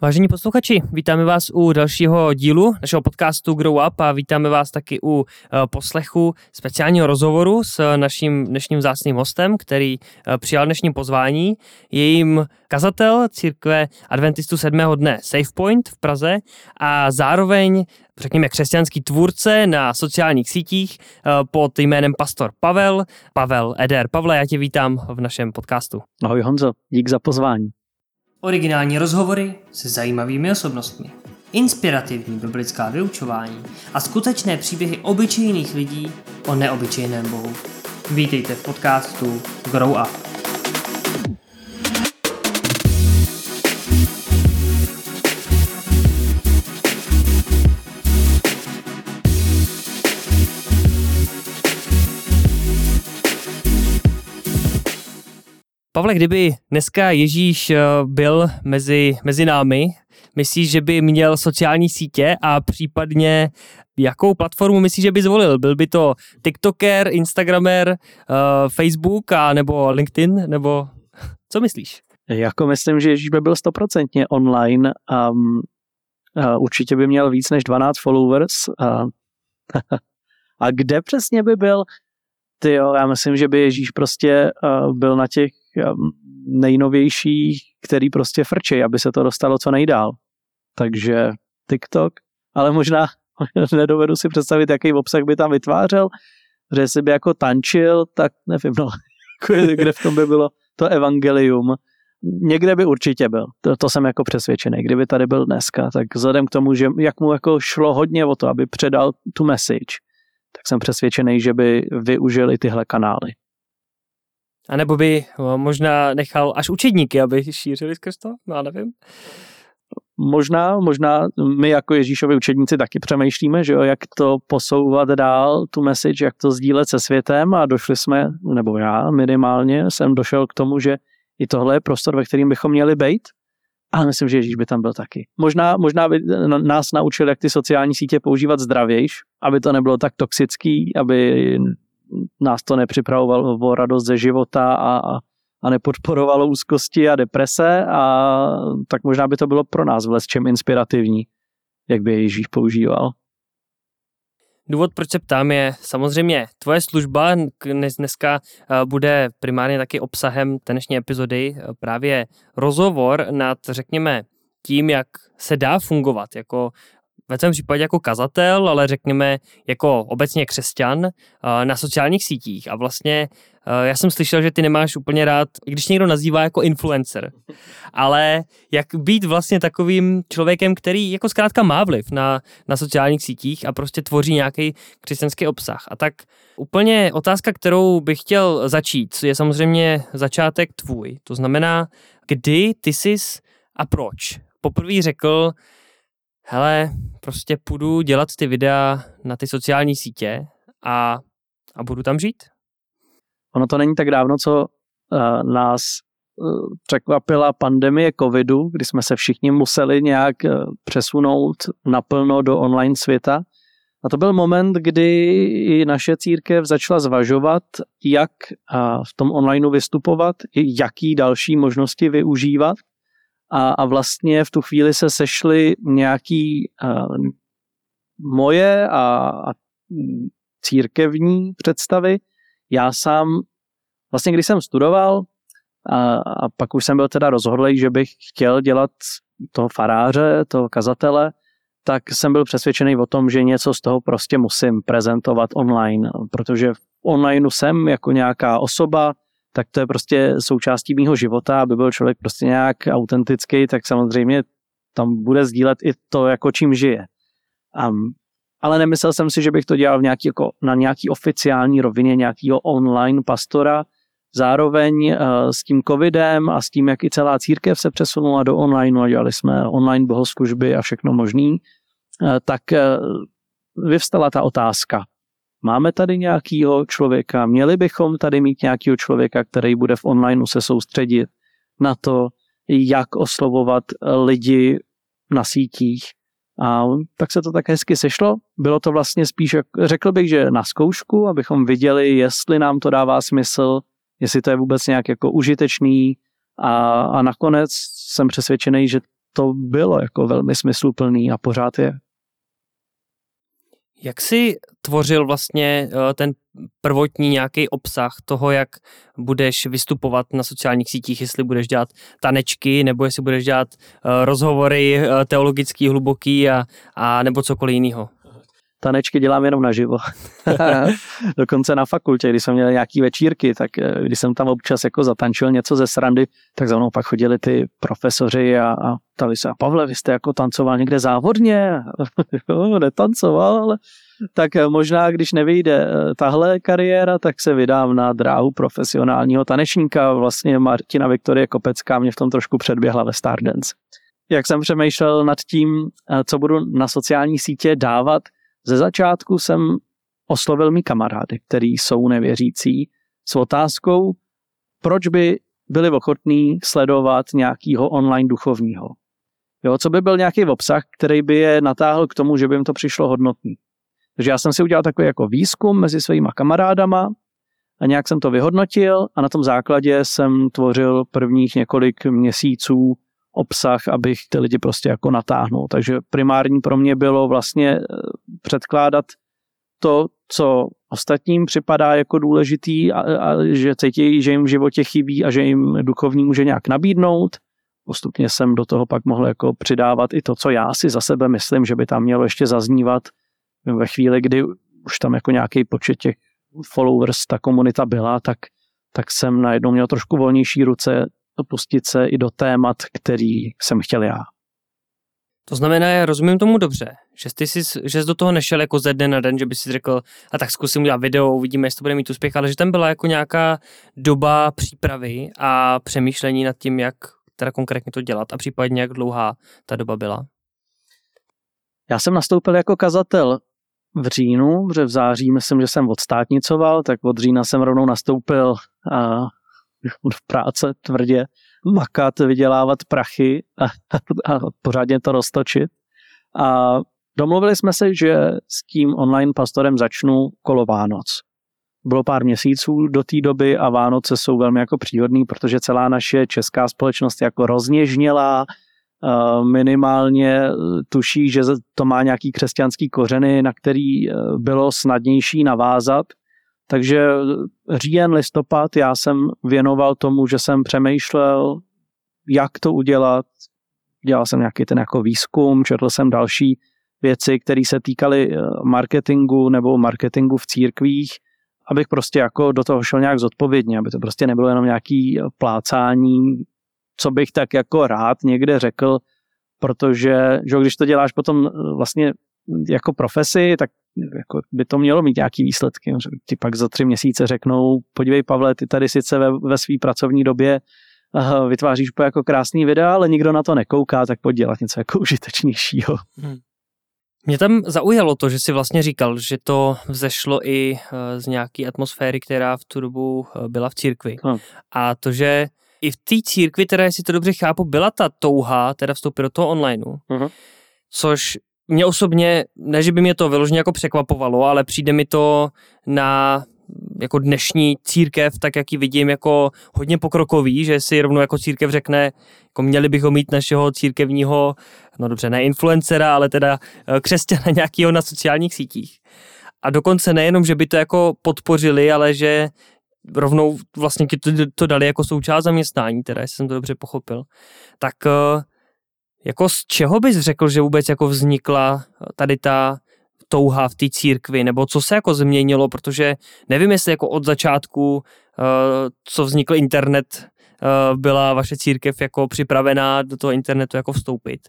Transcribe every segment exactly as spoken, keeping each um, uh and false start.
Vážení posluchači, vítáme vás u dalšího dílu našeho podcastu Grow Up a vítáme vás taky u uh, poslechu speciálního rozhovoru s naším dnešním vzácným hostem, který uh, přijal dnešní pozvání. Je jim kazatel církve adventistů sedmého dne Safe Point v Praze a zároveň, řekněme, křesťanský tvůrce na sociálních sítích uh, pod jménem pastor Pavel, Pavel Eder. Pavle, já tě vítám v našem podcastu. Ahoj Honzo, dík za pozvání. Originální rozhovory se zajímavými osobnostmi, inspirativní biblická vyučování a skutečné příběhy obyčejných lidí o neobyčejném Bohu. Vítejte v podcastu Grow Up. Pavle, kdyby dneska Ježíš byl mezi, mezi námi, myslíš, že by měl sociální sítě a případně jakou platformu myslíš, že by zvolil? Byl by to TikToker, Instagramer, uh, Facebook a nebo LinkedIn, nebo co myslíš? Jako myslím, že Ježíš by byl stoprocentně online a, a určitě by měl víc než dvanáct followers. A, a kde přesně by byl? Tyjo, já myslím, že by Ježíš prostě uh, byl na těch um, nejnovějších, který prostě frčí, aby se to dostalo co nejdál. Takže TikTok, ale možná nedovedu si představit, jaký obsah by tam vytvářel, že si by jako tančil, tak nevím, no, kde v tom by bylo to evangelium. Někde by určitě byl, to, to jsem jako přesvědčený. Kdyby tady byl dneska, tak vzhledem k tomu, že jak mu jako šlo hodně o to, aby předal tu message, tak jsem přesvědčený, že by využili tyhle kanály. A nebo by možná nechal až učedníky, aby šířili skrz to? No, já nevím. Možná, možná my jako Ježíšovi učedníci taky přemýšlíme, že jo, jak to posouvat dál, tu message, jak to sdílet se světem a došli jsme, nebo já minimálně jsem došel k tomu, že i tohle je prostor, ve kterým bychom měli být. Ale myslím, že Ježíš by tam byl taky. Možná, možná by nás naučil, jak ty sociální sítě používat zdravějš, aby to nebylo tak toxický, aby nás to nepřipravovalo o radost ze života a, a nepodporovalo úzkosti a deprese, a tak možná by to bylo pro nás v lesčem inspirativní, jak by Ježíš používal. Důvod, proč se ptám, je samozřejmě tvoje služba dneska bude primárně taky obsahem dnešní epizody právě rozhovor nad, řekněme, tím, jak se dá fungovat jako ve tvém případě jako kazatel, ale řekněme jako obecně křesťan na sociálních sítích. A vlastně já jsem slyšel, že ty nemáš úplně rád, i když někdo nazývá jako influencer, ale jak být vlastně takovým člověkem, který jako zkrátka má vliv na, na sociálních sítích a prostě tvoří nějaký křesťanský obsah. A tak úplně otázka, kterou bych chtěl začít, je samozřejmě začátek tvůj. To znamená, kdy ty jsi a proč poprvé řekl, hele, prostě půjdu dělat ty videa na ty sociální sítě a, a budu tam žít? Ono to není tak dávno, co uh, nás uh, překvapila pandemie covidu, kdy jsme se všichni museli nějak uh, přesunout naplno do online světa. A to byl moment, kdy i naše církev začala zvažovat, jak uh, v tom onlineu vystupovat, jaký další možnosti využívat. A, a vlastně v tu chvíli se sešly nějaký uh, moje a, a církevní představy. Já sám, vlastně když jsem studoval a, a pak už jsem byl teda rozhodlý, že bych chtěl dělat toho faráře, toho kazatele, tak jsem byl přesvědčený o tom, že něco z toho prostě musím prezentovat online, protože v onlineu jsem jako nějaká osoba, tak to je prostě součástí mýho života, aby byl člověk prostě nějak autentický, tak samozřejmě tam bude sdílet i to, jako čím žije. Um, ale nemyslel jsem si, že bych to dělal v nějaký, jako, na nějaký oficiální rovině nějakého online pastora. Zároveň uh, s tím covidem a s tím, jak i celá církev se přesunula do online a dělali jsme online bohoslužby a všechno možný, uh, tak uh, vyvstala ta otázka. Máme tady nějakýho člověka, měli bychom tady mít nějakýho člověka, který bude v onlineu se soustředit na to, jak oslovovat lidi na sítích. A tak se to tak hezky sešlo. Bylo to vlastně spíš, řekl bych, že na zkoušku, abychom viděli, jestli nám to dává smysl, jestli to je vůbec nějak jako užitečný. A, a nakonec jsem přesvědčený, že to bylo jako velmi smysluplný a pořád je. Jak jsi tvořil vlastně ten prvotní nějaký obsah toho, jak budeš vystupovat na sociálních sítích, jestli budeš dělat tanečky, nebo jestli budeš dělat rozhovory teologický, hluboký a, a nebo cokoliv jiného? Tanečky dělám jenom naživo. Dokonce na fakultě, když jsem měl nějaký večírky, tak když jsem tam občas jako zatančil něco ze srandy, tak za mnou pak chodili ty profesoři a, a ptali se, a Pavle, vy jste jako tancoval někde závodně? Jo, netancoval, ale tak možná, když nevyjde tahle kariéra, tak se vydám na dráhu profesionálního tanečníka. Vlastně Martina Viktorie Kopecká mě v tom trošku předběhla ve Stardance. Jak jsem přemýšlel nad tím, co budu na sociální sítě dávat, ze začátku jsem oslovil mý kamarády, který jsou nevěřící, s otázkou, proč by byli ochotní sledovat nějakýho online duchovního. Jo, co by byl nějaký obsah, který by je natáhl k tomu, že by jim to přišlo hodnotný. Takže já jsem si udělal takový jako výzkum mezi svýma kamarádama a nějak jsem to vyhodnotil a na tom základě jsem tvořil prvních několik měsíců obsah, abych ty lidi prostě jako natáhnul. Takže primární pro mě bylo vlastně předkládat to, co ostatním připadá jako důležitý a, a že cítí, že jim v životě chybí a že jim duchovní může nějak nabídnout. Postupně jsem do toho pak mohl jako přidávat i to, co já si za sebe myslím, že by tam mělo ještě zaznívat ve chvíli, kdy už tam jako nějaký počet těch followers ta komunita byla, tak, tak jsem najednou měl trošku volnější ruce pustit se i do témat, který jsem chtěl já. To znamená, já rozumím tomu dobře, že ty jsi, že jsi do toho nešel jako ze dne na den, že by si řekl, a tak zkusím udělat video, uvidíme, jestli to bude mít úspěch, ale že tam byla jako nějaká doba přípravy a přemýšlení nad tím, jak teda konkrétně to dělat a případně jak dlouhá ta doba byla. Já jsem nastoupil jako kazatel v říjnu, protože v září myslím, že jsem odstátnicoval, tak od října jsem rovnou nastoupil a v práce tvrdě makat, vydělávat prachy a, a, a pořádně to roztočit. A domluvili jsme se, že s tím online pastorem začnu kolo Vánoc. Bylo pár měsíců do té doby a Vánoce jsou velmi jako příhodný, protože celá naše česká společnost je jako rozněžnělá, minimálně tuší, že to má nějaký křesťanský kořeny, na který bylo snadnější navázat. Takže říjen, listopad já jsem věnoval tomu, že jsem přemýšlel, jak to udělat. Dělal jsem nějaký ten jako výzkum, četl jsem další věci, které se týkaly marketingu nebo marketingu v církvích, abych prostě jako do toho šel nějak zodpovědně, aby to prostě nebylo jenom nějaký plácání, co bych tak jako rád někde řekl, protože že když to děláš potom vlastně jako profesi, tak jako by to mělo mít nějaký výsledky. Ti pak za tři měsíce řeknou, podívej Pavle, ty tady sice ve, ve své pracovní době uh, vytváříš jako krásný videa, ale nikdo na to nekouká, tak pojď dělat něco jako užitečnějšího. Hmm. Mě tam zaujalo to, že jsi vlastně říkal, že to vzešlo i z nějaké atmosféry, která v tu dobu byla v církvi. Hmm. A to, že i v té církvi, teda jestli to dobře chápu, byla ta touha teda vstoupit do toho onlineu, hmm. což mě osobně, ne, že by mě to vyloženě jako překvapovalo, ale přijde mi to na jako dnešní církev, tak jak ji vidím, jako hodně pokrokový, že si rovnou jako církev řekne, jako měli bychom mít našeho církevního, no dobře, ne influencera, ale teda křesťana nějakého na sociálních sítích. A dokonce nejenom, že by to jako podpořili, ale že rovnou vlastně to, to dali jako součást zaměstnání, teda, jestli jsem to dobře pochopil. Tak jako z čeho bys řekl, že vůbec jako vznikla tady ta touha v té církvi, nebo co se jako změnilo, protože nevím, jestli jako od začátku, co vznikl internet, byla vaše církev jako připravená do toho internetu jako vstoupit.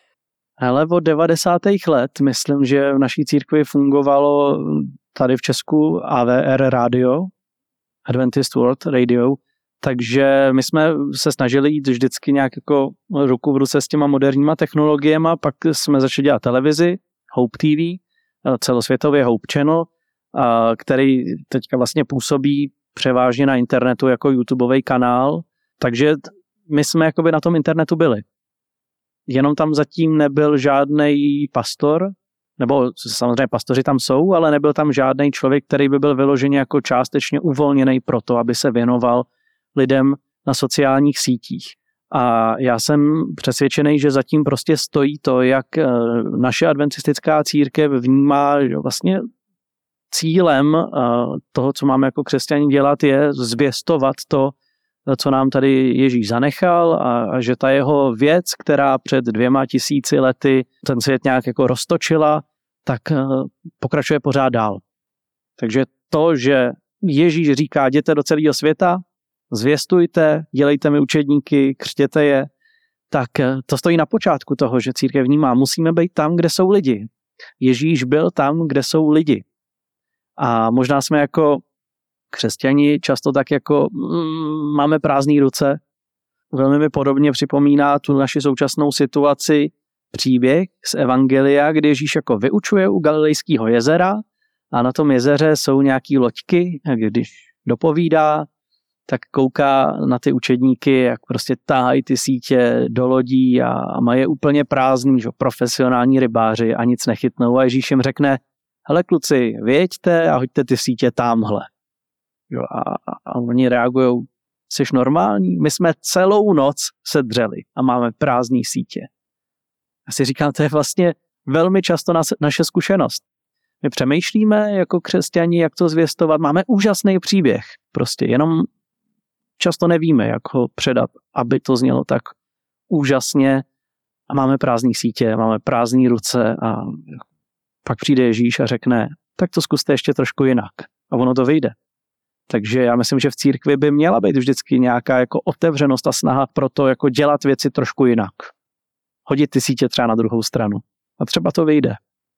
Ale od devadesátých let, myslím, že v naší církvi fungovalo tady v Česku A V R Radio, Adventist World Radio, takže my jsme se snažili jít vždycky nějak jako ruku v ruce s těma moderníma technologiemi, pak jsme začali dělat televizi, Hope T V, celosvětově Hope Channel, který teďka vlastně působí převážně na internetu jako YouTubeový kanál, takže my jsme jakoby na tom internetu byli. Jenom tam zatím nebyl žádnej pastor, nebo samozřejmě pastoři tam jsou, ale nebyl tam žádný člověk, který by byl vyloženě jako částečně uvolněný pro to, aby se věnoval lidem na sociálních sítích. A já jsem přesvědčený, že zatím prostě stojí to, jak naše adventistická církev vnímá, že vlastně cílem toho, co máme jako křesťani dělat, je zvěstovat to, co nám tady Ježíš zanechal a, a že ta jeho věc, která před dvěma tisíci lety ten svět nějak jako roztočila, tak pokračuje pořád dál. Takže to, že Ježíš říká, jděte do celého světa, zvěstujte, dělejte mi učedníky, křtěte je, tak to stojí na počátku toho, že církev vnímá, musíme být tam, kde jsou lidi. Ježíš byl tam, kde jsou lidi. A možná jsme jako křesťani často tak jako mm, máme prázdné ruce. Velmi mi podobně připomíná tu naši současnou situaci příběh z Evangelia, kdy Ježíš jako vyučuje u Galilejského jezera a na tom jezeře jsou nějaký loďky a když dopovídá, tak kouká na ty učedníky, jak prostě tahají ty sítě do lodí a, a mají je úplně prázdný, že profesionální rybáři a nic nechytnou. A Ježíš jim řekne, hele kluci, vyjeďte a hoďte ty sítě tamhle. Jo, a, a oni reagujou, jsi normální? My jsme celou noc se dřeli a máme prázdný sítě. Já si říkám, to je vlastně velmi často nas, naše zkušenost. My přemýšlíme jako křesťani, jak to zvěstovat. Máme úžasný příběh. Prostě jenom často nevíme, jak ho předat, aby to znělo tak úžasně. A máme prázdný sítě, máme prázdné ruce a pak přijde Ježíš a řekne, tak to zkuste ještě trošku jinak. A ono to vyjde. Takže já myslím, že v církvi by měla být vždycky nějaká jako otevřenost a snaha pro to jako dělat věci trošku jinak. Hodit ty sítě třeba na druhou stranu. A třeba to vyjde.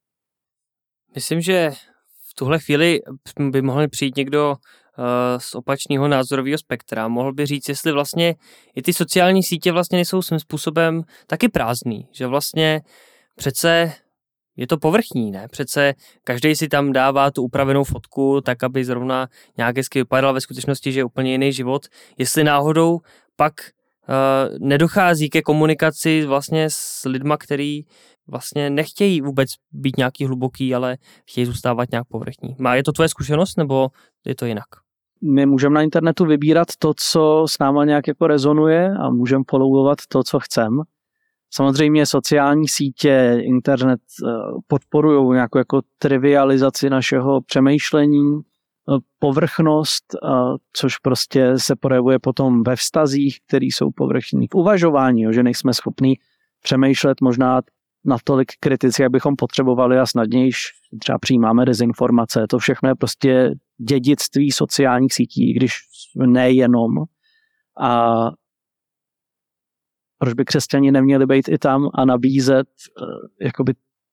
Myslím, že v tuhle chvíli by mohl přijít někdo uh, z opačného názorového spektra. Mohl by říct, jestli vlastně i ty sociální sítě vlastně nejsou svým způsobem taky prázdný. Že vlastně přece je to povrchní, ne? Přece každý si tam dává tu upravenou fotku tak, aby zrovna nějak hezky vypadala, ve skutečnosti, že je úplně jiný život. Jestli náhodou pak uh, nedochází ke komunikaci vlastně s lidma, který vlastně nechtějí vůbec být nějaký hluboký, ale chtějí zůstávat nějak povrchní. Má je to tvoje zkušenost, nebo je to jinak? My můžeme na internetu vybírat to, co s náma nějak jako rezonuje a můžeme followovat to, co chceme. Samozřejmě sociální sítě, internet podporují nějakou jako trivializaci našeho přemýšlení, povrchnost, což prostě se projevuje potom ve vztazích, které jsou povrchní. V uvažování, že nejsme schopní přemýšlet možná natolik kriticky, jak bychom potřebovali a snadnějiš třeba přijímáme dezinformace. To všechno je prostě dědictví sociálních sítí, když nejenom. A proč by křesťani neměli být i tam a nabízet jakoby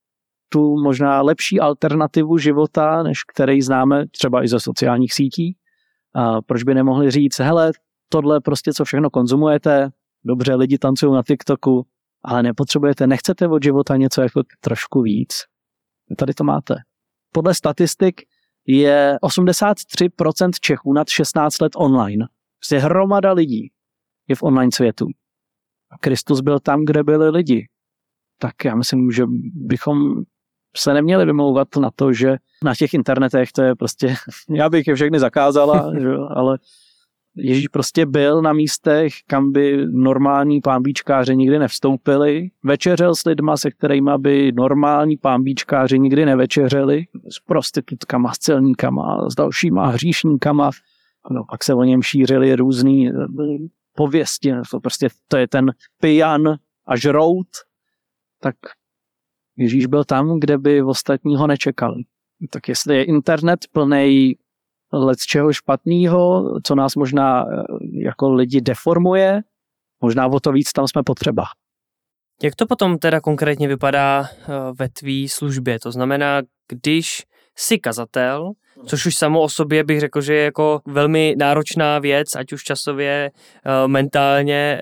tu možná lepší alternativu života, než který známe třeba i ze sociálních sítí. A proč by nemohli říct, hele, tohle prostě, co všechno konzumujete, dobře, lidi tancují na TikToku, ale nepotřebujete, nechcete od života něco jako trošku víc. Tady to máte. Podle statistik je osmdesát tři procent Čechů nad šestnáct let online. Prostě hromada lidí je v online světu. A Kristus byl tam, kde byli lidi. Tak já myslím, že bychom se neměli vymlouvat na to, že na těch internetech to je prostě, já bych je všechny zakázala, že, ale Ježíš prostě byl na místech, kam by normální pánbíčkáři nikdy nevstoupili. Večeřel s lidma, se kterými by normální pánbíčkáři nikdy nevečeřeli. S prostitutkama, s celníkama, s dalšíma hříšníkama. No, pak se o něm šířily různý pověsti. To prostě to je ten pijan a žrout. Tak Ježíš byl tam, kde by ostatní ho nečekali. Tak jestli je internet plnej lec čeho špatného, co nás možná jako lidi deformuje, možná o to víc tam jsme potřeba. Jak to potom teda konkrétně vypadá ve tvý službě? To znamená, když jsi kazatel, což už samo o sobě bych řekl, že je jako velmi náročná věc, ať už časově, mentálně,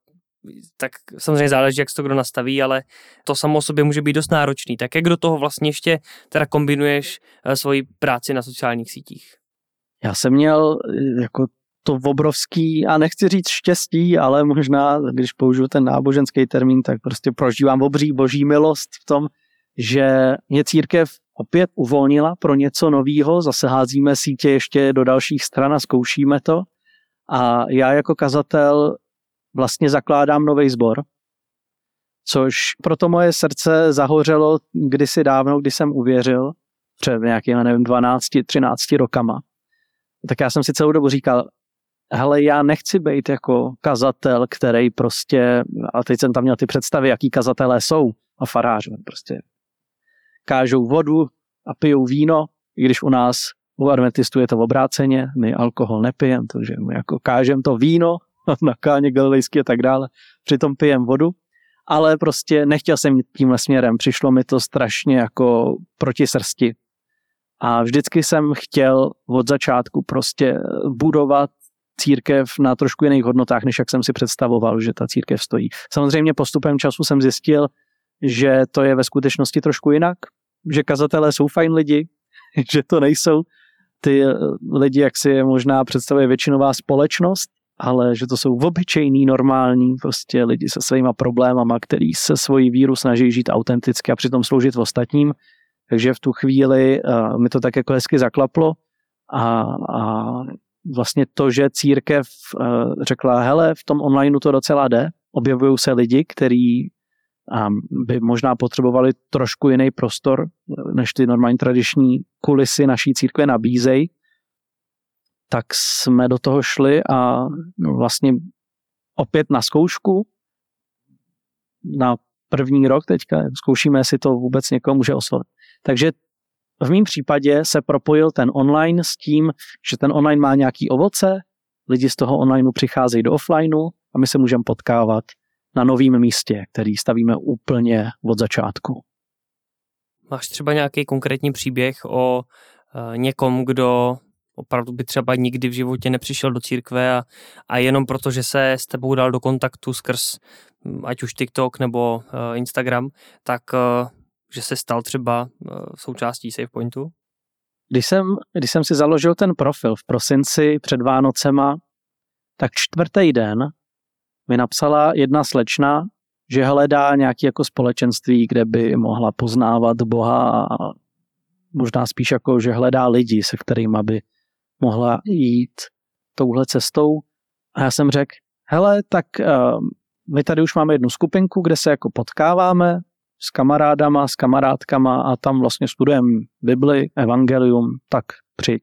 tak samozřejmě záleží, jak se to kdo nastaví, ale to samo o sobě může být dost náročný. Tak jak do toho vlastně ještě teda kombinuješ svoji práci na sociálních sítích? Já jsem měl jako to obrovský, a nechci říct štěstí, ale možná, když použiju ten náboženský termín, tak prostě prožívám obří boží milost v tom, že mě církev opět uvolnila pro něco novýho, zase házíme sítě ještě do dalších stran a zkoušíme to. A já jako kazatel vlastně zakládám nový sbor, což proto moje srdce zahořelo kdysi dávno, když jsem uvěřil, před nějakými, nevím, dvanácti, třinácti rokama. Tak já jsem si celou dobu říkal, hele, já nechci být jako kazatel, který prostě, a teď jsem tam měl ty představy, jaký kazatelé jsou, a faráři, prostě kážou vodu a pijou víno, i když u nás, u adventistů je to obráceně, my alkohol nepijem, takže my jako kážem to víno na káně galilejský a tak dále, přitom pijem vodu, ale prostě nechtěl jsem jít tímhle směrem, přišlo mi to strašně jako proti srsti. A vždycky jsem chtěl od začátku prostě budovat církev na trošku jiných hodnotách, než jak jsem si představoval, že ta církev stojí. Samozřejmě postupem času jsem zjistil, že to je ve skutečnosti trošku jinak, že kazatelé jsou fajn lidi, že to nejsou ty lidi, jak si je možná představuje většinová společnost, ale že to jsou obyčejný, normální prostě lidi se svýma problémama, který se svoji víru snaží žít autenticky a přitom sloužit ostatním. Takže v tu chvíli uh, mi to tak jako hezky zaklaplo a, a vlastně to, že církev uh, řekla, hele, v tom onlineu to docela jde, objevují se lidi, kteří um, by možná potřebovali trošku jiný prostor, než ty normální tradiční kulisy naší církve nabízejí, tak jsme do toho šli a vlastně opět na zkoušku, na první rok teďka, zkoušíme, jestli to vůbec někoho může oslovit. Takže v mém případě se propojil ten online s tím, že ten online má nějaký ovoce, lidi z toho onlineu přicházejí do offlineu a my se můžeme potkávat na novém místě, který stavíme úplně od začátku. Máš třeba nějaký konkrétní příběh o uh, někom, kdo opravdu by třeba nikdy v životě nepřišel do církve a, a jenom proto, že se s tebou dal do kontaktu skrz ať už TikTok nebo uh, Instagram, tak uh, že se stal třeba uh, součástí SafePointu? Když jsem, když jsem si založil ten profil v prosinci před Vánocema, tak čtvrtý den mi napsala jedna slečna, že hledá nějaké jako společenství, kde by mohla poznávat Boha a možná spíš jako, že hledá lidi, se kterými by mohla jít touhle cestou. A já jsem řekl, hele, tak uh, my tady už máme jednu skupinku, kde se jako potkáváme s kamarádama, s kamarádkama a tam vlastně studujeme Bibli, evangelium, tak přijď.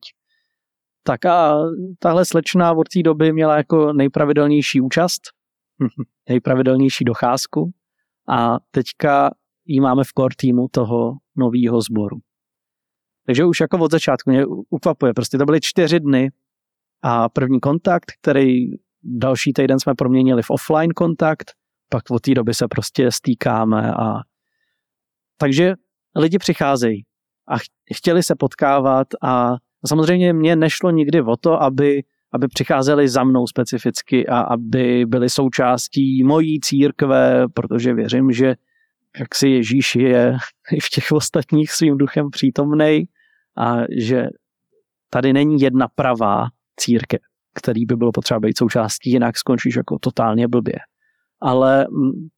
Tak a tahle slečna od té doby měla jako nejpravidelnější účast, nejpravidelnější docházku a teďka ji máme v core týmu toho nového sboru. Takže už jako od začátku mě ukvapuje. Prostě to byly čtyři dny a první kontakt, který další týden jsme proměnili v offline kontakt, pak od té doby se prostě stýkáme a takže lidi přicházejí a chtěli se potkávat a samozřejmě mě nešlo nikdy o to, aby, aby přicházeli za mnou specificky a aby byli součástí mojí církve, protože věřím, že jak si Ježíš je i v těch ostatních svým duchem přítomnej a že tady není jedna pravá církev, který by bylo potřeba být součástí, jinak skončíš jako totálně blbě. Ale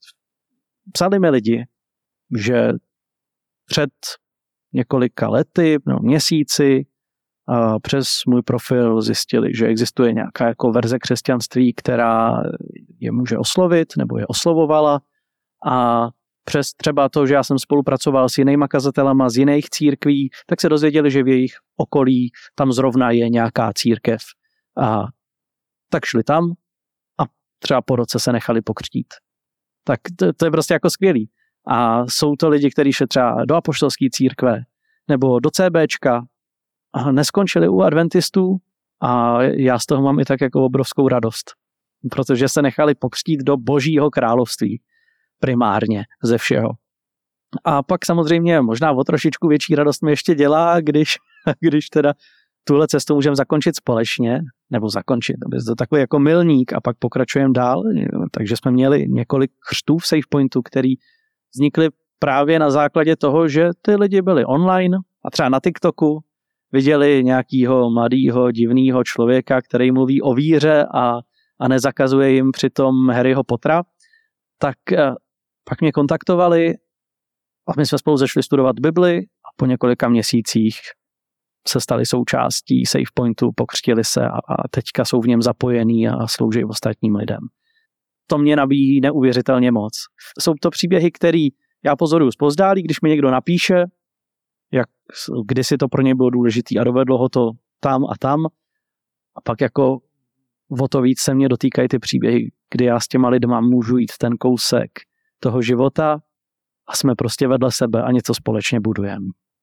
psali mi lidi, že před několika lety, no, měsíci a přes můj profil zjistili, že existuje nějaká jako verze křesťanství, která je může oslovit nebo je oslovovala a přes třeba to, že já jsem spolupracoval s jinýma kazatelama z jiných církví, tak se dozvěděli, že v jejich okolí tam zrovna je nějaká církev. A tak šli tam a třeba po roce se nechali pokřtít. Tak to, to je prostě jako skvělý. A jsou to lidi, kteří šli třeba do apoštolské církve nebo do CBčka a neskončili u adventistů a já z toho mám i tak jako obrovskou radost, protože se nechali pokřtít do Božího království primárně ze všeho. A pak samozřejmě možná o trošičku větší radost mi ještě dělá, když, když teda tuhle cestu můžeme zakončit společně, nebo zakončit, aby to takový jako milník a pak pokračujeme dál. Takže jsme měli několik křtů v SafePointu, který vznikly právě na základě toho, že ty lidi byli online a třeba na TikToku viděli nějakého mladého, divného člověka, který mluví o víře a, a nezakazuje jim přitom Harryho Pottera, tak pak mě kontaktovali a my jsme spolu začali studovat Bibli a po několika měsících se stali součástí SafePointu, pokřtili se a, a teďka jsou v něm zapojení a slouží ostatním lidem. to mě nabíjí neuvěřitelně moc. Jsou to příběhy, které já pozoruju zpozdálí, když mi někdo napíše, jak kdysi to pro něj bylo důležité a dovedlo ho to tam a tam. A pak jako o to víc se mě dotýkají ty příběhy, kdy já s těma lidma můžu jít ten kousek toho života a jsme prostě vedle sebe a něco společně budujeme.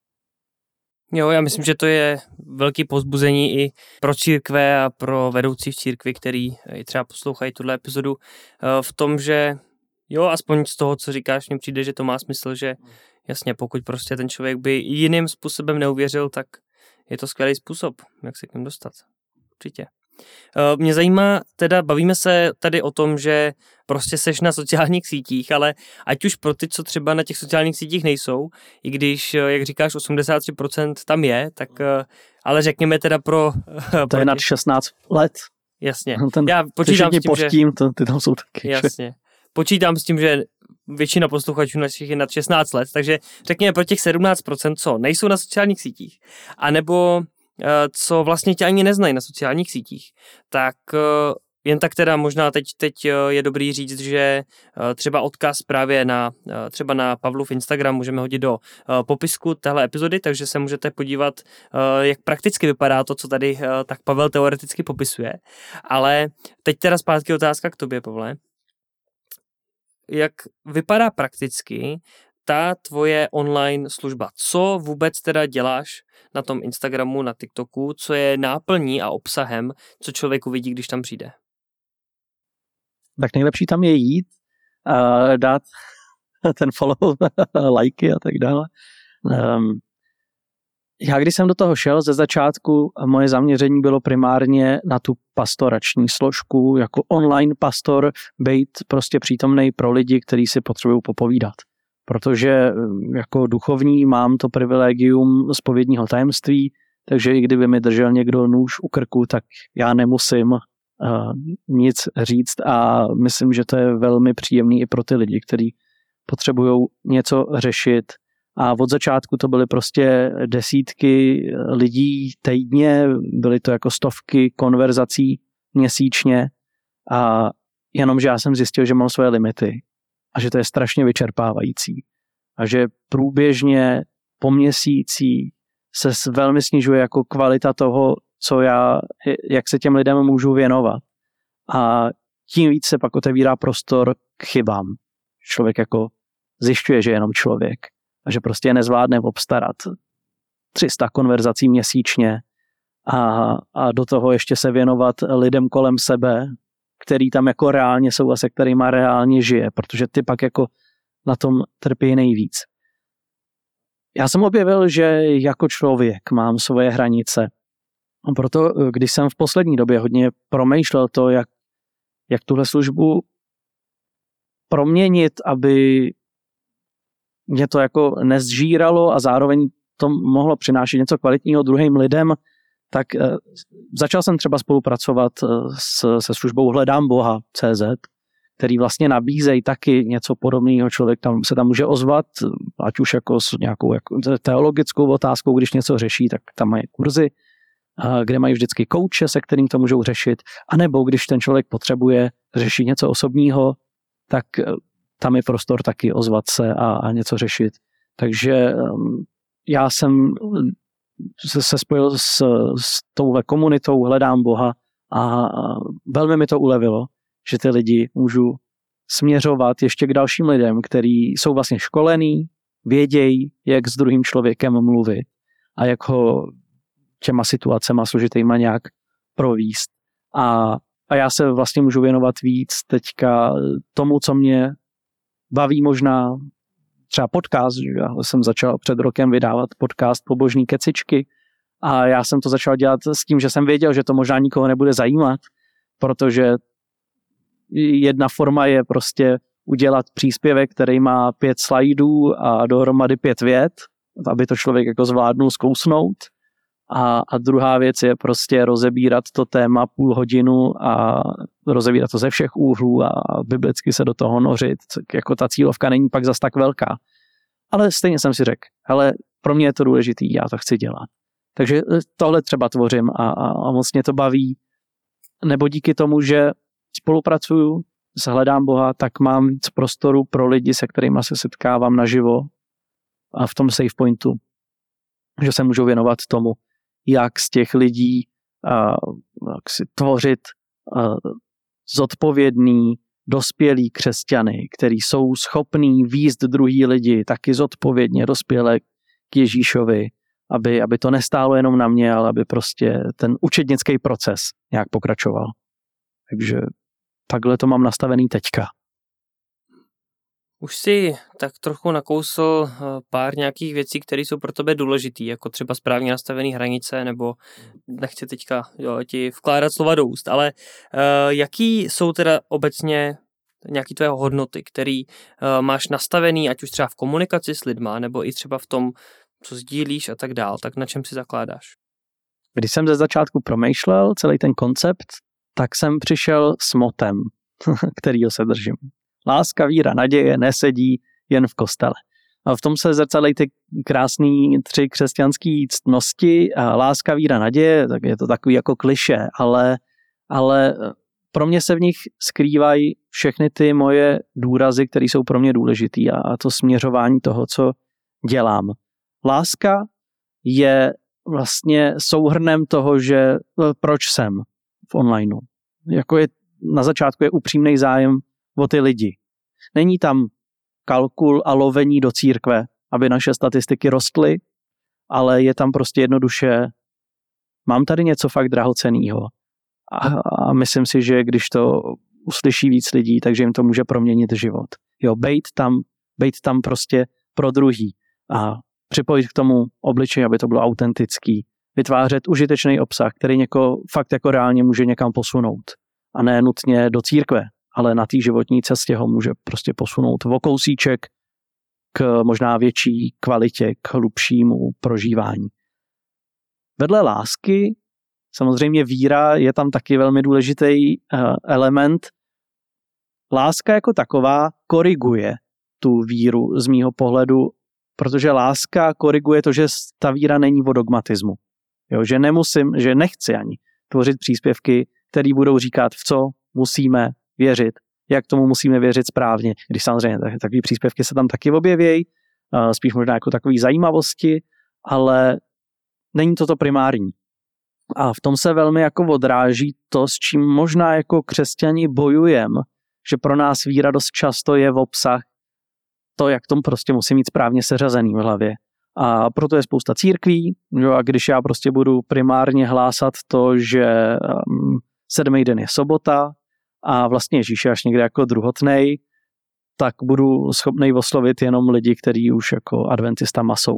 Jo, já myslím, že to je velký povzbuzení i pro církve a pro vedoucí v církvi, který třeba poslouchají tuhle epizodu, v tom, že jo, aspoň z toho, co říkáš, mně přijde, že to má smysl, že jasně, pokud prostě ten člověk by jiným způsobem neuvěřil, tak je to skvělý způsob, jak se k něm dostat. Určitě. Mě zajímá, teda bavíme se tady o tom, že prostě seš na sociálních sítích, ale ať už pro ty, co třeba na těch sociálních sítích nejsou, i když, jak říkáš, osmdesát tři procent tam je, tak ale řekněme teda pro... To pro je nad šestnáct let. Jasně. Ten, Já počítám s tím, poštím, že... to, ty tam jsou taky. Jasně. Počítám s tím, že většina posluchačů našich je nad šestnáct let, takže řekněme pro těch sedmnáct procent, co nejsou na sociálních sítích, anebo co vlastně tě ani neznají na sociálních sítích, tak jen tak teda možná teď, teď je dobrý říct, že třeba odkaz právě na třeba na Pavlův Instagram můžeme hodit do popisku téhle epizody, takže se můžete podívat, jak prakticky vypadá to, co tady tak Pavel teoreticky popisuje. Ale teď teda zpátky otázka k tobě, Pavle. Jak vypadá prakticky ta tvoje online služba? Co vůbec teda děláš na tom Instagramu, na TikToku, co je náplní a obsahem, co člověk uvidí, když tam přijde? Tak nejlepší tam je jít a dát ten follow, lajky a tak dále. Um, já když jsem do toho šel ze začátku, moje zaměření bylo primárně na tu pastorační složku, jako online pastor, být prostě přítomnej pro lidi, kteří si potřebují popovídat. Protože jako duchovní mám to privilegium zpovědního tajemství, takže i kdyby mi držel někdo nůž u krku, tak já nemusím uh, nic říct a myslím, že to je velmi příjemný i pro ty lidi, kteří potřebují něco řešit. A od začátku to byly prostě desítky lidí týdně, byly to jako stovky konverzací měsíčně a jenom, že já jsem zjistil, že mám svoje limity a že to je strašně vyčerpávající a že průběžně po měsících se velmi snižuje jako kvalita toho, co já, jak se těm lidem můžu věnovat. A tím víc se pak otevírá prostor k chybám. Člověk jako zjišťuje, že je jenom člověk a že prostě nezvládne obstarat tři sta konverzací měsíčně a, a do toho ještě se věnovat lidem kolem sebe, který tam jako reálně jsou a se kterýma reálně žije, protože ty pak jako na tom trpí nejvíc. Já jsem objevil, že jako člověk mám svoje hranice. A proto, když jsem v poslední době hodně promýšlel to, jak, jak tuhle službu proměnit, aby mě to jako nezžíralo a zároveň to mohlo přinášet něco kvalitního druhým lidem, tak uh, začal jsem třeba spolupracovat s, se službou Hledám Boha tečka cé zet, který vlastně nabízejí taky něco podobného. Člověk tam se tam může ozvat, ať už jako s nějakou jako teologickou otázkou, když něco řeší, tak tam mají kurzy, uh, kde mají vždycky kouče, se kterým to můžou řešit, anebo když ten člověk potřebuje řešit něco osobního, tak uh, tam je prostor taky ozvat se a, a něco řešit. Takže um, já jsem se, se spojil s, s touhle komunitou Hledám Boha a, a velmi mi to ulevilo, že ty lidi můžu směřovat ještě k dalším lidem, kteří jsou vlastně školení, vědějí, jak s druhým člověkem mluvit a jak ho těma situacema složitýma nějak províst. A, a já se vlastně můžu věnovat víc teďka tomu, co mě baví možná třeba podcast. Já jsem začal před rokem vydávat podcast Pobožní kecičky a já jsem to začal dělat s tím, že jsem věděl, že to možná nikoho nebude zajímat, protože jedna forma je prostě udělat příspěvek, který má pět slajdů a dohromady pět vět, aby to člověk jako zvládnul zkousnout. A, a druhá věc je prostě rozebírat to téma půl hodinu a rozebírat to ze všech úhlů a biblicky se do toho nořit. Jako ta cílovka není pak zas tak velká. Ale stejně jsem si řekl, hele, pro mě je to důležitý, já to chci dělat. Takže tohle třeba tvořím a, a, a moc mě to baví. Nebo díky tomu, že spolupracuju hledám Boha, tak mám víc prostoru pro lidi, se kterými se setkávám naživo a v tom save pointu, že se můžu věnovat tomu, jak z těch lidí uh, jak si tvořit uh, zodpovědný, dospělí křesťany, který jsou schopní výst druhý lidi taky zodpovědně dospělé k Ježíšovi, aby, aby to nestálo jenom na mě, ale aby prostě ten učednický proces nějak pokračoval. Takže takhle to mám nastavený teďka. Už si tak trochu nakousl pár nějakých věcí, které jsou pro tebe důležitý, jako třeba správně nastavený hranice, nebo nechci teďka jo, ti vkládat slova do úst, ale uh, jaký jsou teda obecně nějaký tvé hodnoty, který uh, máš nastavený, ať už třeba v komunikaci s lidma, nebo i třeba v tom, co sdílíš a tak dál, tak na čem si zakládáš? Když jsem ze začátku promýšlel celý ten koncept, tak jsem přišel s motem, kterýho se držím. Láska, víra, naděje nesedí jen v kostele. A v tom se zrcadlí ty krásný tři křesťanské ctnosti. A láska, víra, naděje, tak je to takový jako klišé, ale, ale pro mě se v nich skrývají všechny ty moje důrazy, které jsou pro mě důležitý a, a to směřování toho, co dělám. Láska je vlastně souhrnem toho, že proč jsem v onlineu. Jako je, na začátku je upřímný zájem o ty lidi. Není tam kalkul a lovení do církve, aby naše statistiky rostly, ale je tam prostě jednoduše, mám tady něco fakt drahocennýho a, a myslím si, že když to uslyší víc lidí, takže jim to může proměnit život. Jo, bejt tam, bejt tam prostě pro druhý a připojit k tomu obličej, aby to bylo autentický, vytvářet užitečný obsah, který někoho fakt jako reálně může někam posunout a ne nutně do církve, ale na té životní cestě ho může prostě posunout o kousíček k možná větší kvalitě, k hlubšímu prožívání. Vedle lásky samozřejmě víra je tam taky velmi důležitý element. Láska jako taková koriguje tu víru z mýho pohledu, protože láska koriguje to, že ta víra není o dogmatismu. Jo, že nemusím, že nechci ani tvořit příspěvky, které budou říkat, v co musíme věřit, jak tomu musíme věřit správně. Když samozřejmě takové příspěvky se tam taky objevějí, spíš možná jako takové zajímavosti, ale není to to primární. A v tom se velmi jako odráží to, s čím možná jako křesťani bojujeme, že pro nás víra dost často je v obsah to, jak tom prostě musí mít správně seřazený v hlavě. A proto je spousta církví, jo, a když já prostě budu primárně hlásat to, že um, sedmý den je sobota a vlastně Ježíš je až někde jako druhotnej, tak budu schopnej oslovit jenom lidi, kteří už jako adventistama jsou.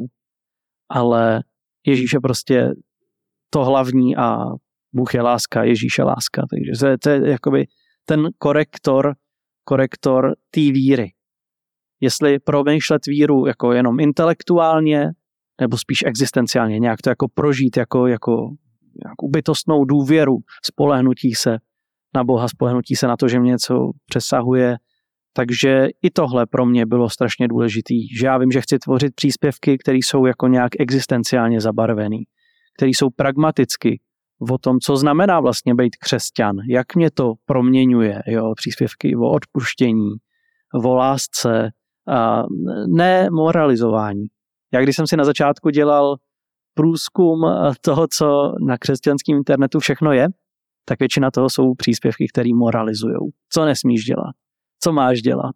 Ale Ježíš je prostě to hlavní a Bůh je láska, Ježíš je láska. Takže to je, to je jakoby ten korektor, korektor té víry. Jestli promýšlet víru jako jenom intelektuálně, nebo spíš existenciálně, nějak to jako prožít, jako, jako nějakou bytostnou důvěru, spolehnutí se na Boha, spolehnutí se na to, že mě něco přesahuje. Takže i tohle pro mě bylo strašně důležitý, že já vím, že chci tvořit příspěvky, které jsou jako nějak existenciálně zabarvený, které jsou pragmaticky o tom, co znamená vlastně být křesťan, jak mě to proměňuje, jo, příspěvky o odpuštění, o lásce, a ne moralizování. Já když jsem si na začátku dělal průzkum toho, co na křesťanském internetu všechno je, tak většina toho jsou příspěvky, které moralizujou. Co nesmíš dělat? Co máš dělat?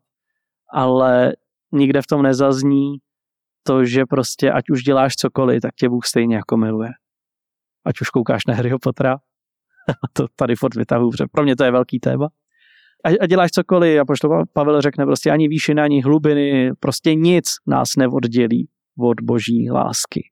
Ale nikde v tom nezazní to, že prostě ať už děláš cokoliv, tak tě Bůh stejně jako miluje. Ať už koukáš na Harryho Pottera, to tady furt vytahuji, protože pro mě to je velký téma. A děláš cokoliv, a poštol Pavel řekne prostě ani výšiny, ani hlubiny, prostě nic nás neoddělí od boží lásky.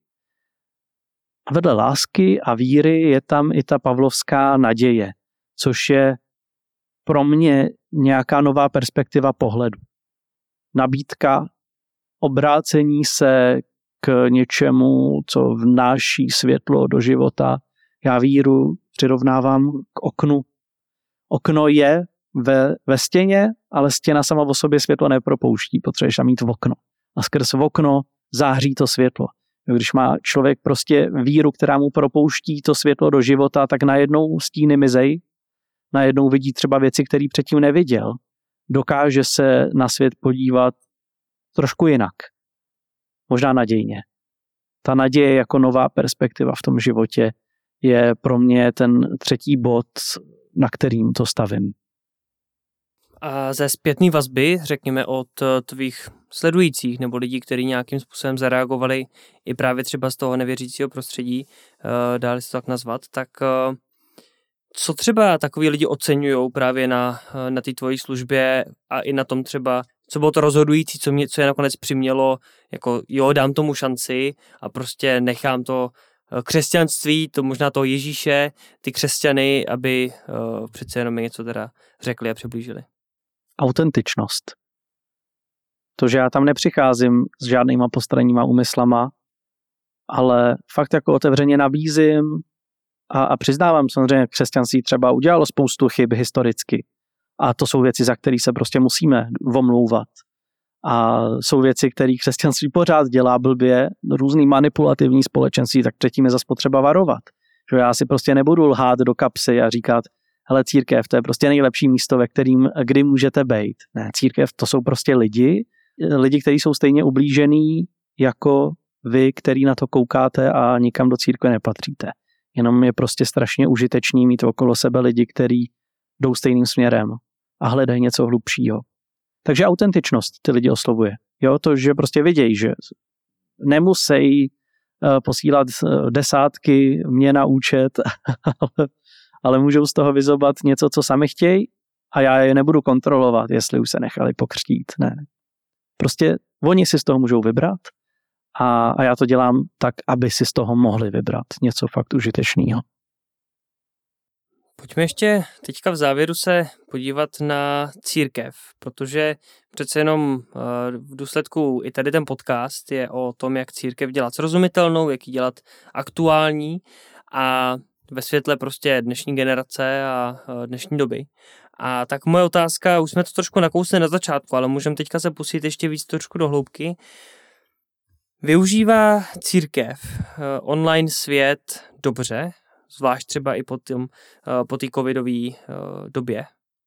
A vedle lásky a víry je tam i ta pavlovská naděje, což je pro mě nějaká nová perspektiva pohledu. Nabídka obrácení se k něčemu, co vnáší světlo do života. Já víru přirovnávám k oknu. Okno je ve, ve stěně, ale stěna sama o sobě světlo nepropouští, potřebuješ tam mít v okno. A skrz okno září to světlo. Když má člověk prostě víru, která mu propouští to světlo do života, tak najednou stíny mizej, najednou vidí třeba věci, které předtím neviděl. dokáže se na svět podívat trošku jinak. Možná nadějně. Ta naděje jako nová perspektiva v tom životě je pro mě ten třetí bod, na kterým to stavím. A ze zpětné vazby, řekněme od tvých sledujících nebo lidí, kteří nějakým způsobem zareagovali i právě třeba z toho nevěřícího prostředí, dá se to tak nazvat, tak co třeba takový lidi oceňují právě na, na té tvojí službě a i na tom třeba, co bylo to rozhodující, co mě, co je nakonec přimělo, jako jo, dám tomu šanci a prostě nechám to křesťanství, to možná toho Ježíše, ty křesťany, aby uh, přece jenom něco teda řekli a přiblížili. Autentičnost. To, že já tam nepřicházím s žádnýma postranníma úmyslama, ale fakt jako otevřeně nabízím a, a přiznávám, samozřejmě křesťanství třeba udělalo spoustu chyb historicky a to jsou věci, za které se prostě musíme omlouvat. A jsou věci, které křesťanství pořád dělá blbě, různý manipulativní společenství, tak předtím je zas potřeba varovat. Že já si prostě nebudu lhát do kapsy a říkat, hele, církev, to je prostě nejlepší místo, ve kterým, kdy můžete bejt. Ne, církev, to jsou prostě lidi, lidi, kteří jsou stejně ublížený jako vy, který na to koukáte a nikam do církve nepatříte. Jenom je prostě strašně užitečný mít okolo sebe lidi, kteří jdou stejným směrem a hledají něco hlubšího. Takže autentičnost ty lidi oslovuje. Jo, to, že prostě vidějí, že nemusí posílat desátky mě na účet, ale, ale můžou z toho vyzobat něco, co sami chtějí a já je nebudu kontrolovat, jestli už se nechali pokřtít. Ne. Prostě oni si z toho můžou vybrat a, a já to dělám tak, aby si z toho mohli vybrat něco fakt užitečného. Pojďme ještě teďka v závěru se podívat na církev, protože přece jenom v důsledku i tady ten podcast je o tom, jak církev dělat srozumitelnou, jak ji dělat aktuální a ve světle prostě dnešní generace a dnešní doby. A tak moje otázka, už jsme to trošku nakousli na začátku, ale můžeme teďka se pustit ještě víc trošku do hloubky. Využívá církev online svět dobře, zvlášť třeba i po té po covidové době?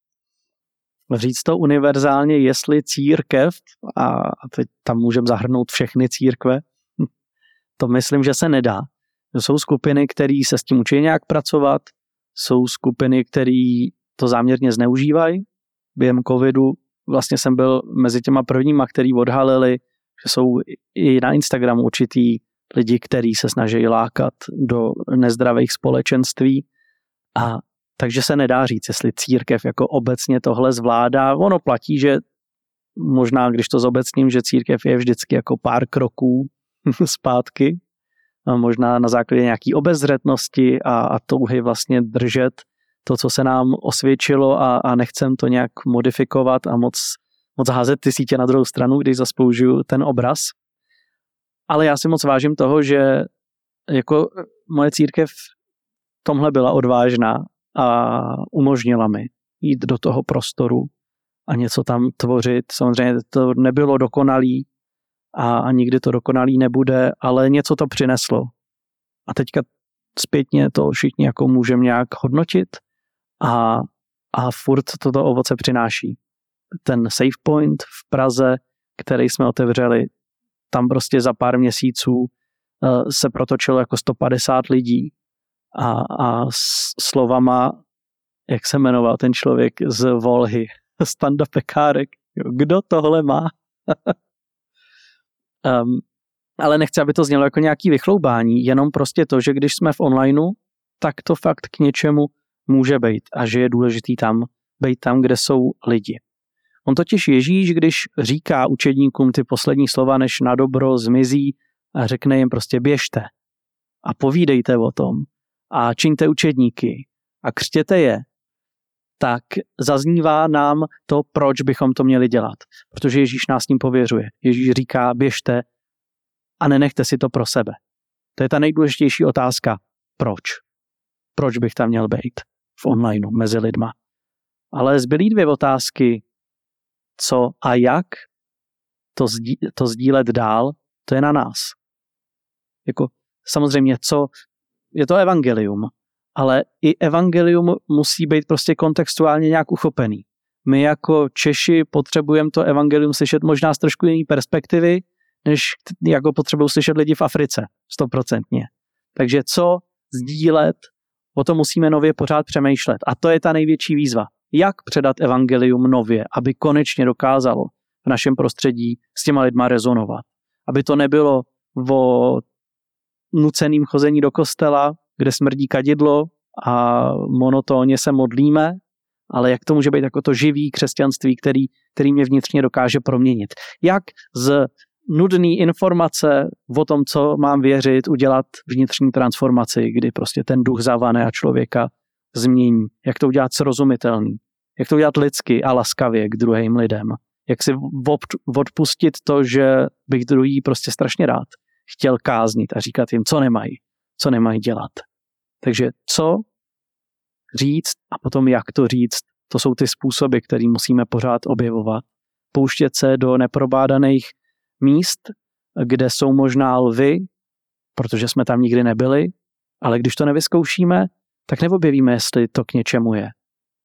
Říct to univerzálně, jestli církev, a teď tam můžeme zahrnout všechny církve, to myslím, že se nedá. Jsou skupiny, které se s tím učí nějak pracovat, jsou skupiny, které to záměrně zneužívají. Během covidu vlastně jsem byl mezi těma prvníma, který odhalili, že jsou i na Instagramu určitý lidi, kteří se snaží lákat do nezdravých společenství. A takže se nedá říct, jestli církev jako obecně tohle zvládá. Ono platí, že možná, když to zobecním, že církev je vždycky jako pár kroků zpátky. A možná na základě nějaký obezřetnosti a, a touhy vlastně držet to, co se nám osvědčilo a, a nechcem to nějak modifikovat a moc, moc házet ty sítě na druhou stranu, když zaspoužiju ten obraz. Ale já si moc vážím toho, že jako moje církev tomhle byla odvážná a umožnila mi jít do toho prostoru a něco tam tvořit. Samozřejmě to nebylo dokonalý a, a nikdy to dokonalý nebude, ale něco to přineslo. A teďka zpětně to všichni jako můžeme nějak hodnotit a, a furt toto ovoce přináší. Ten Save Point v Praze, který jsme otevřeli, tam prostě za pár měsíců uh, se protočilo jako sto padesát lidí a, a s slovama, jak se jmenoval ten člověk z Volhy, Standa Pekárek, kdo tohle má? um, ale nechci, aby to znělo jako nějaký vychloubání, jenom prostě to, že když jsme v onlineu, tak to fakt k něčemu může být a že je důležitý tam být tam, kde jsou lidi. On totiž Ježíš, když říká učedníkům ty poslední slova, než na dobro zmizí a řekne jim prostě běžte a povídejte o tom a čiňte učedníky a křtěte je, tak zaznívá nám to, proč bychom to měli dělat. Protože Ježíš nás tím pověřuje. Ježíš říká běžte a nenechte si to pro sebe. To je ta nejdůležitější otázka. Proč? Proč bych tam měl být v onlineu mezi lidma? Ale zbylý dvě otázky, co a jak to, sdí, to sdílet dál, to je na nás. Jako, samozřejmě, co je to evangelium, ale i evangelium musí být prostě kontextuálně nějak uchopený. my jako Češi potřebujeme to evangelium slyšet možná z trošku jiné perspektivy, než jako potřebují slyšet lidi v Africe, stoprocentně. Takže co sdílet, o tom musíme nově pořád přemýšlet. A to je ta největší výzva. Jak předat evangelium nově, aby konečně dokázalo v našem prostředí s těma lidma rezonovat. Aby to nebylo o nuceným chození do kostela, kde smrdí kadidlo a monotónně se modlíme, ale jak to může být jako to živý křesťanství, který, který mě vnitřně dokáže proměnit. Jak z nudný informace o tom, co mám věřit, udělat vnitřní transformaci, kdy prostě ten duch zavane a člověka změní. Jak to udělat srozumitelný. Jak to udělat lidsky a laskavě k druhým lidem. Jak si odpustit to, že bych druhý prostě strašně rád chtěl káznit a říkat jim, co nemají, co nemají dělat. Takže co říct a potom jak to říct, to jsou ty způsoby, které musíme pořád objevovat. Pouštět se do neprobádaných míst, kde jsou možná lvy, protože jsme tam nikdy nebyli, ale když to nevyzkoušíme, tak neobjevíme, jestli to k něčemu je.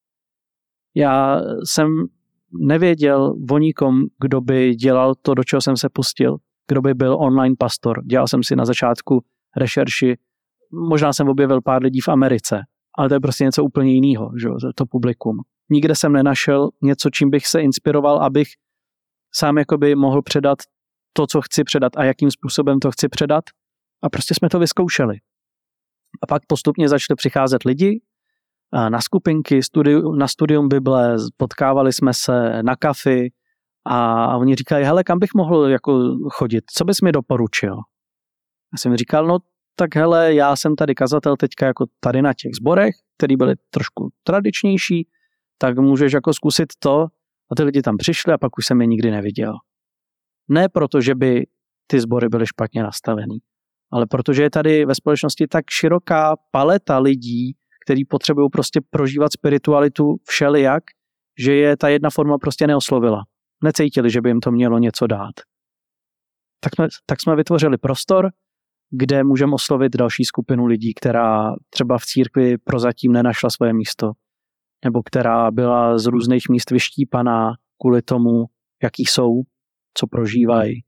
Já jsem nevěděl o nikom, kdo by dělal to, do čeho jsem se pustil, kdo by byl online pastor. Dělal jsem si na začátku rešerši, možná jsem objevil pár lidí v Americe, ale to je prostě něco úplně jiného, že, to publikum. Nikde jsem nenašel něco, čím bych se inspiroval, abych sám jakoby mohl předat to, co chci předat a jakým způsobem to chci předat. A prostě jsme to vyzkoušeli. A pak postupně začali přicházet lidi na skupinky, studiu, na studium Bible, potkávali jsme se na kafi a oni říkali, hele, kam bych mohl jako chodit, co bys mi doporučil? Já jsem říkal, no tak hele, já jsem tady kazatel teďka jako tady na těch sborech, který byly trošku tradičnější, tak můžeš jako zkusit to a ty lidi tam přišli a pak už jsem je nikdy neviděl. Ne proto, že by ty sbory byly špatně nastavený, ale protože je tady ve společnosti tak široká paleta lidí, kteří potřebují prostě prožívat spiritualitu všelijak, že je ta jedna forma prostě neoslovila. Necítili, že by jim to mělo něco dát. Tak jsme, tak jsme vytvořili prostor, kde můžeme oslovit další skupinu lidí, která třeba v církvi prozatím nenašla svoje místo, nebo která byla z různých míst vyštípaná kvůli tomu, jaký jsou, co prožívají,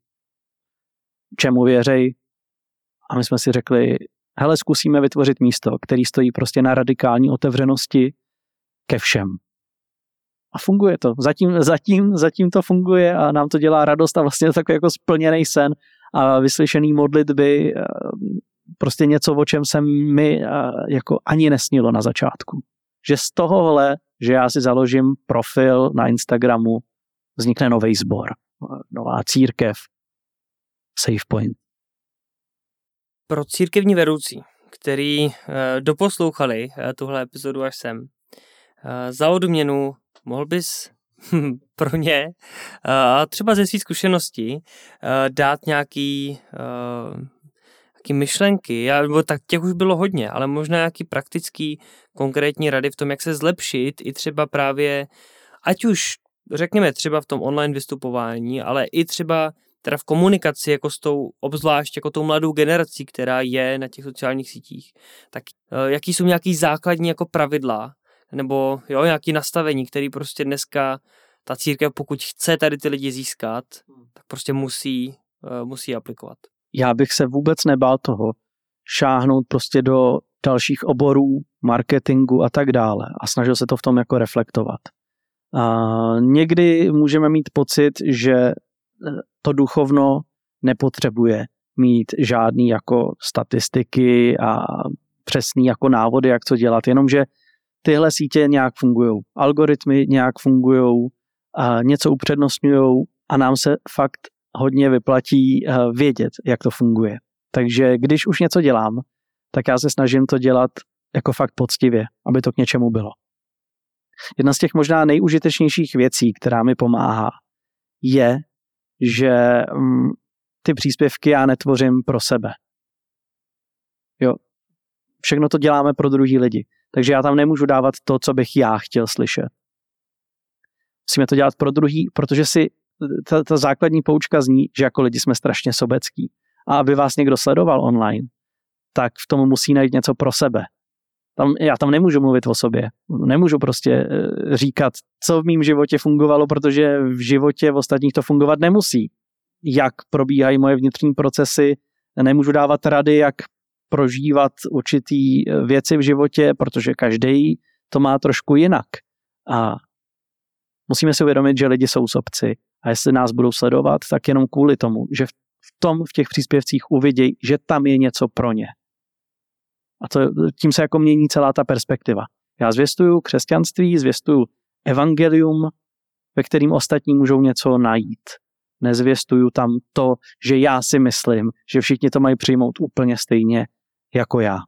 čemu věří. A my jsme si řekli, hele, zkusíme vytvořit místo, který stojí prostě na radikální otevřenosti ke všem. A funguje to. Zatím, zatím, zatím to funguje a nám to dělá radost a vlastně takový jako splněný sen a vyslyšený modlitby, prostě něco, o čem se mi jako ani nesnilo na začátku. Že z tohohle, že já si založím profil na Instagramu, vznikne nový sbor, nová církev, SafePoint. Pro církevní vedoucí, který uh, doposlouchali uh, tuhle epizodu až sem, uh, za odměnu mohl bys pro ně a uh, třeba ze své zkušenosti uh, dát nějaký, uh, nějaký myšlenky, já, nebo tak těch už bylo hodně, ale možná nějaký praktický konkrétní rady v tom, jak se zlepšit i třeba právě, ať už řekněme třeba v tom online vystupování, ale i třeba teda v komunikaci jako s tou, obzvlášť jako tou mladou generací, která je na těch sociálních sítích, tak jaký jsou nějaký základní jako pravidla, nebo jo, nějaký nastavení, který prostě dneska ta církev, pokud chce tady ty lidi získat, tak prostě musí, musí aplikovat. Já bych se vůbec nebál toho šáhnout prostě do dalších oborů, marketingu a tak dále a snažil se to v tom jako reflektovat. A někdy můžeme mít pocit, že to duchovno nepotřebuje mít žádný jako statistiky a přesný jako návody, jak co dělat, jenomže tyhle sítě nějak fungují, algoritmy nějak fungují, a něco upřednostňují a nám se fakt hodně vyplatí vědět, jak to funguje. Takže když už něco dělám, tak já se snažím to dělat jako fakt poctivě, aby to k něčemu bylo. Jedna z těch možná nejužitečnějších věcí, která mi pomáhá, je, že mm, ty příspěvky já netvořím pro sebe. Jo. Všechno to děláme pro druhý lidi. Takže já tam nemůžu dávat to, co bych já chtěl slyšet. Musíme to dělat pro druhý, protože si ta, ta základní poučka zní, že jako lidi jsme strašně sobecký. A aby vás někdo sledoval online, tak v tom musí najít něco pro sebe. Tam, já tam nemůžu mluvit o sobě. Nemůžu prostě říkat, co v mém životě fungovalo, protože v životě v ostatních to fungovat nemusí. Jak probíhají moje vnitřní procesy, nemůžu dávat rady, jak prožívat určitý věci v životě, protože každý to má trošku jinak. A musíme si uvědomit, že lidi jsou sobci. A jestli nás budou sledovat, tak jenom kvůli tomu, že v tom, v těch příspěvcích uvidějí, že tam je něco pro ně. A to, tím se jako mění celá ta perspektiva. Já zvěstuju křesťanství, zvěstuju evangelium, ve kterým ostatní můžou něco najít. Nezvěstuju tam to, že já si myslím, že všichni to mají přijmout úplně stejně jako já.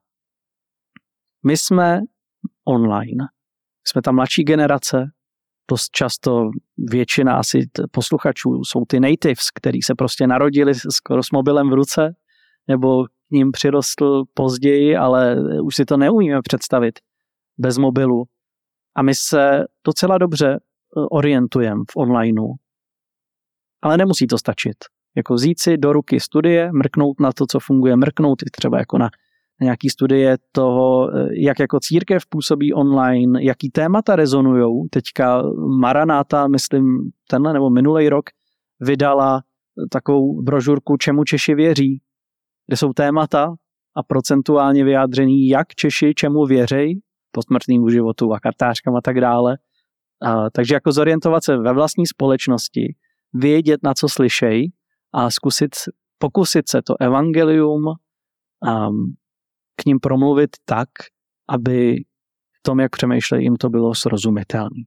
My jsme online. Jsme ta mladší generace, dost často většina asi posluchačů jsou ty natives, který se prostě narodili skoro s mobilem v ruce, nebo k ním přirostl později, ale už si to neumíme představit bez mobilu. A my se docela dobře orientujeme v onlineu. Ale nemusí to stačit. Jako vzít si do ruky studie, mrknout na to, co funguje, mrknout i třeba jako na nějaký studie toho, jak jako církev působí online, jaký témata rezonujou. Teďka Maranáta, myslím, tenhle nebo minulý rok, vydala takovou brožurku Čemu Češi věří, kde jsou témata a procentuálně vyjádřený, jak Češi čemu věří, posmrtnému životu a kartářkám a tak dále. A, takže jako zorientovat se ve vlastní společnosti, vědět, na co slyšej a zkusit, pokusit se to evangelium um, k ním promluvit tak, aby v tom, jak přemýšlejí, jim to bylo srozumitelné.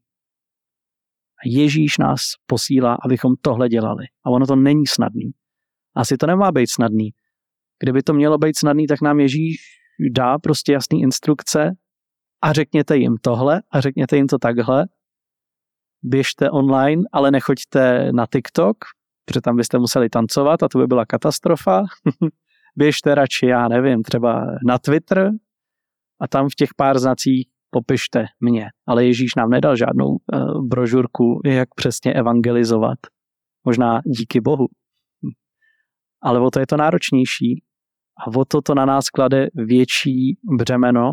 Ježíš nás posílá, abychom tohle dělali. A ono to není snadný. Asi to nemá být snadný. Kdyby to mělo být snadný, tak nám Ježíš dá prostě jasný instrukce a řekněte jim tohle a řekněte jim to takhle. Běžte online, ale nechoďte na TikTok, protože tam byste museli tancovat a to by byla katastrofa. Běžte radši, já nevím, třeba na Twitter a tam v těch pár znacích popište mě. Ale Ježíš nám nedal žádnou uh, brožurku, jak přesně evangelizovat. Možná díky Bohu. Ale o to je to náročnější a o to to na nás klade větší břemeno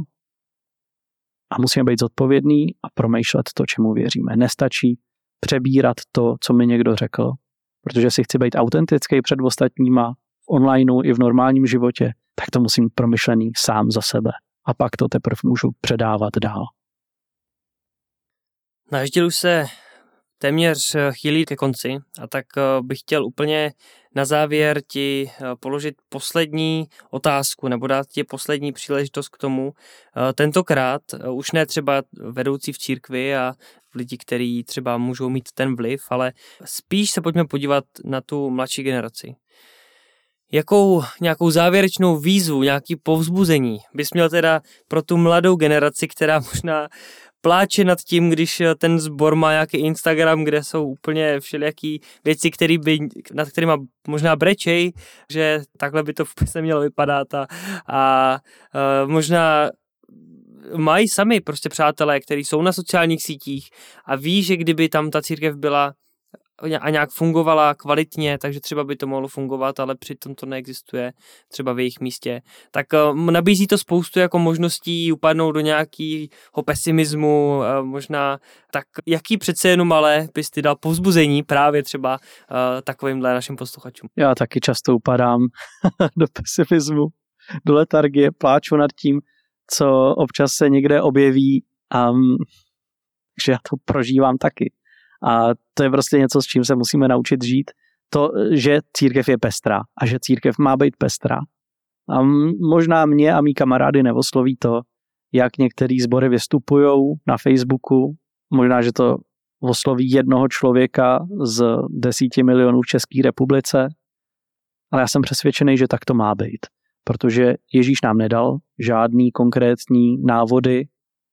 a musíme být zodpovědní a promýšlet to, čemu věříme. Nestačí přebírat to, co mi někdo řekl, protože si chci být autentický před ostatníma v onlineu i v normálním životě, tak to musím promyšlený sám za sebe. A pak to teprve můžu předávat dál. Náš díl už se téměř chýlí ke konci a tak bych chtěl úplně na závěr ti položit poslední otázku nebo dát ti poslední příležitost k tomu. Tentokrát už ne třeba vedoucí v církvi a lidi, kteří třeba můžou mít ten vliv, ale spíš se pojďme podívat na tu mladší generaci. Jakou nějakou závěrečnou výzvu, nějaký povzbuzení bys měl teda pro tu mladou generaci, která možná pláče nad tím, když ten sbor má nějaký Instagram, kde jsou úplně všelijaký věci, který by, nad kterýma možná brečej, že takhle by to vůbec nemělo vypadat a, a, a možná mají sami prostě přátelé, kteří jsou na sociálních sítích a ví, že kdyby tam ta církev byla a nějak fungovala kvalitně, takže třeba by to mohlo fungovat, ale přitom to neexistuje třeba v jejich místě. Tak uh, nabízí to spoustu jako možností upadnout do nějakého pesimismu, uh, možná tak jaký přece jenom ale bys ty dal povzbuzení právě třeba uh, takovýmhle našim posluchačům. Já taky často upadám do pesimismu, do letargie, pláču nad tím, co občas se někde objeví a um, že já to prožívám taky. A to je prostě něco, s čím se musíme naučit žít. To, že církev je pestrá a že církev má být pestrá. A možná mě a mý kamarády neosloví to, jak některý sbory vystupujou na Facebooku. Možná, že to osloví jednoho člověka z desíti milionů v České republice. Ale já jsem přesvědčený, že tak to má být. Protože Ježíš nám nedal žádný konkrétní návody.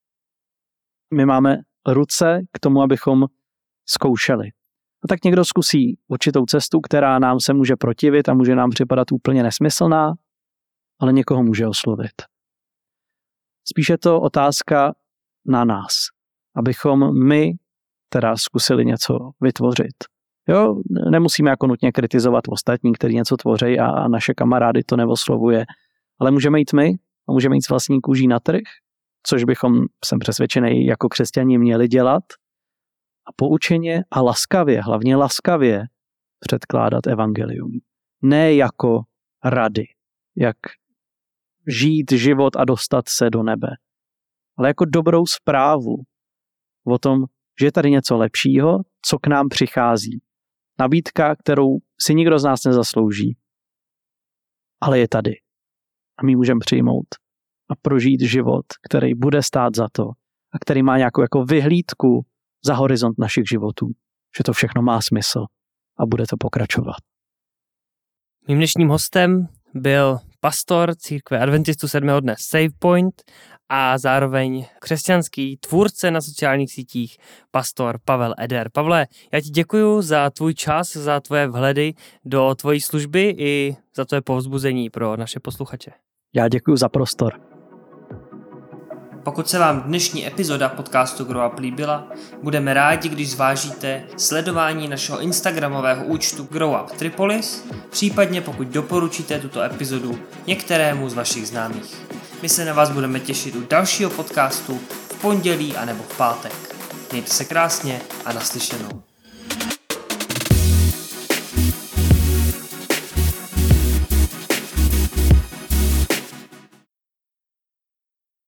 My máme ruce k tomu, abychom zkoušeli. A tak někdo zkusí určitou cestu, která nám se může protivit a může nám připadat úplně nesmyslná, ale někoho může oslovit. Spíš je to otázka na nás, abychom my teda zkusili něco vytvořit. Jo, nemusíme jako nutně kritizovat ostatní, kteří něco tvoří a naše kamarády to neoslovuje, ale můžeme jít my a můžeme jít s vlastní kůží na trh což bychom, jsem přesvědčený, jako křesťani měli dělat, a poučeně a laskavě, hlavně laskavě předkládat evangelium. Ne jako rady, jak žít život a dostat se do nebe, ale jako dobrou zprávu o tom, že je tady něco lepšího, co k nám přichází. Nabídka, kterou si nikdo z nás nezaslouží, ale je tady. A my můžeme přijmout a prožít život, který bude stát za to a který má nějakou jako vyhlídku za horizont našich životů. Že to všechno má smysl a bude to pokračovat. Mým dnešním hostem byl pastor církve adventistů sedmého dne SavePoint a zároveň křesťanský tvůrce na sociálních sítích, pastor Pavel Eder. Pavle, já ti děkuju za tvůj čas, za tvoje vhledy do tvojí služby i za tvoje povzbuzení pro naše posluchače. Já děkuju za prostor. Pokud se vám dnešní epizoda podcastu Grow Up líbila, budeme rádi, když zvážíte sledování našeho instagramového účtu Grow Up Tripolis, případně pokud doporučíte tuto epizodu některému z vašich známých. My se na vás budeme těšit u dalšího podcastu v pondělí anebo v pátek. Mějte se krásně a naslyšenou.